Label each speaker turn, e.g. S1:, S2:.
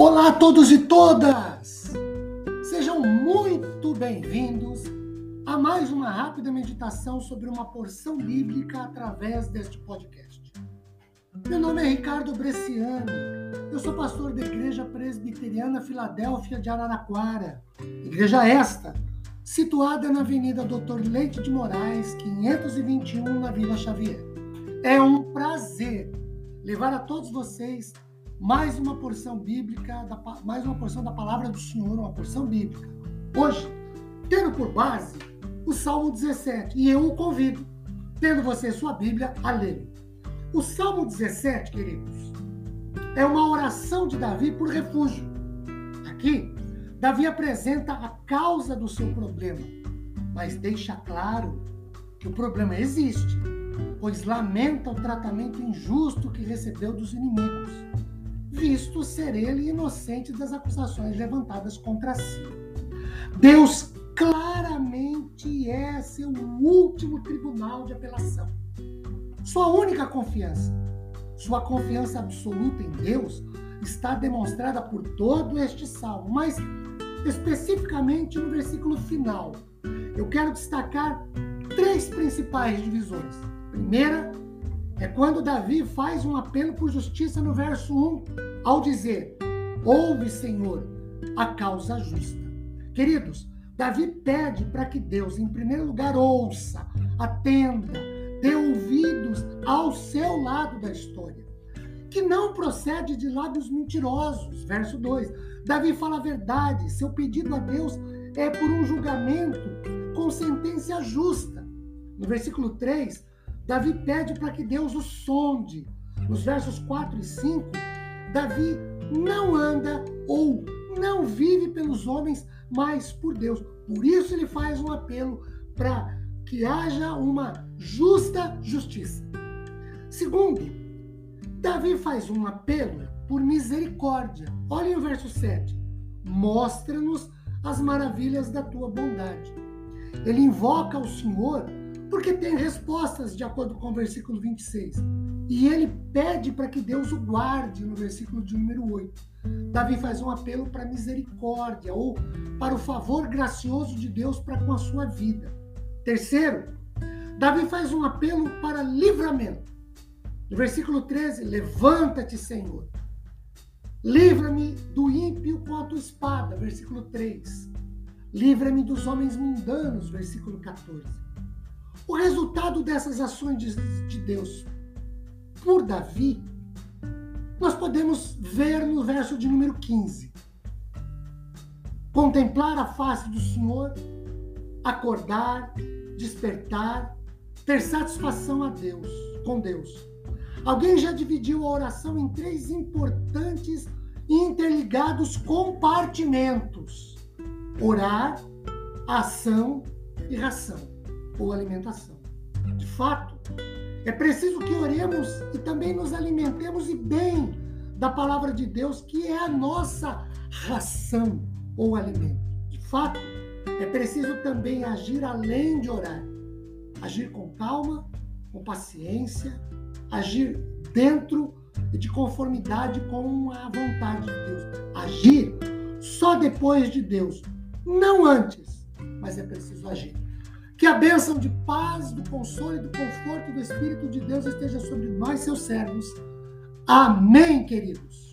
S1: Olá a todos e todas! Sejam muito bem-vindos a mais uma rápida meditação sobre uma porção bíblica através deste podcast. Meu nome é Ricardo Bresciani, eu sou pastor da Igreja Presbiteriana Filadélfia de Araraquara, igreja esta, situada na Avenida Doutor Leite de Moraes, 521, na Vila Xavier. É um prazer levar a todos vocês mais uma porção bíblica, mais uma porção da palavra do Senhor, uma porção bíblica. Hoje, tendo por base o Salmo 17, e eu o convido, tendo você sua Bíblia, a ler. O Salmo 17, queridos, é uma oração de Davi por refúgio. Aqui, Davi apresenta a causa do seu problema, mas deixa claro que o problema existe, pois lamenta o tratamento injusto que recebeu dos inimigos, visto ser ele inocente das acusações levantadas contra si. Deus claramente é seu último tribunal de apelação. Sua única confiança, sua confiança absoluta em Deus, está demonstrada por todo este salmo, mas especificamente no versículo final. Eu quero destacar três principais divisões. Primeira é quando Davi faz um apelo por justiça no verso 1, ao dizer: ouve, Senhor, a causa justa. Queridos, Davi pede para que Deus, em primeiro lugar, ouça, atenda, dê ouvidos ao seu lado da história, que não procede de lábios mentirosos. Verso 2, Davi fala a verdade, seu pedido a Deus é por um julgamento com sentença justa. No versículo 3, Davi pede para que Deus o sonde. Nos versos 4 e 5, Davi não anda ou não vive pelos homens, mas por Deus. Por isso ele faz um apelo para que haja uma justa justiça. Segundo, Davi faz um apelo por misericórdia. Olhem o verso 7. Mostra-nos as maravilhas da tua bondade. Ele invoca o Senhor porque tem respostas de acordo com o versículo 26. E ele pede para que Deus o guarde no versículo de número 8. Davi faz um apelo para misericórdia ou para o favor gracioso de Deus para com a sua vida. Terceiro, Davi faz um apelo para livramento. No versículo 13, levanta-te, Senhor. Livra-me do ímpio com a tua espada. Versículo 3. Livra-me dos homens mundanos. Versículo 14. O resultado dessas ações de Deus por Davi, nós podemos ver no verso de número 15. Contemplar a face do Senhor, acordar, despertar, ter satisfação a Deus, com Deus. Alguém já dividiu a oração em três importantes e interligados compartimentos: orar, ação e ração, ou alimentação. De fato, é preciso que oremos e também nos alimentemos e bem da palavra de Deus, que é a nossa ração ou alimento. De fato, é preciso também agir além de orar. Agir com calma, com paciência, agir dentro e de conformidade com a vontade de Deus. Agir só depois de Deus, não antes, mas é preciso agir. Que a bênção de paz, do consolo e do conforto do Espírito de Deus esteja sobre nós, seus servos. Amém, queridos.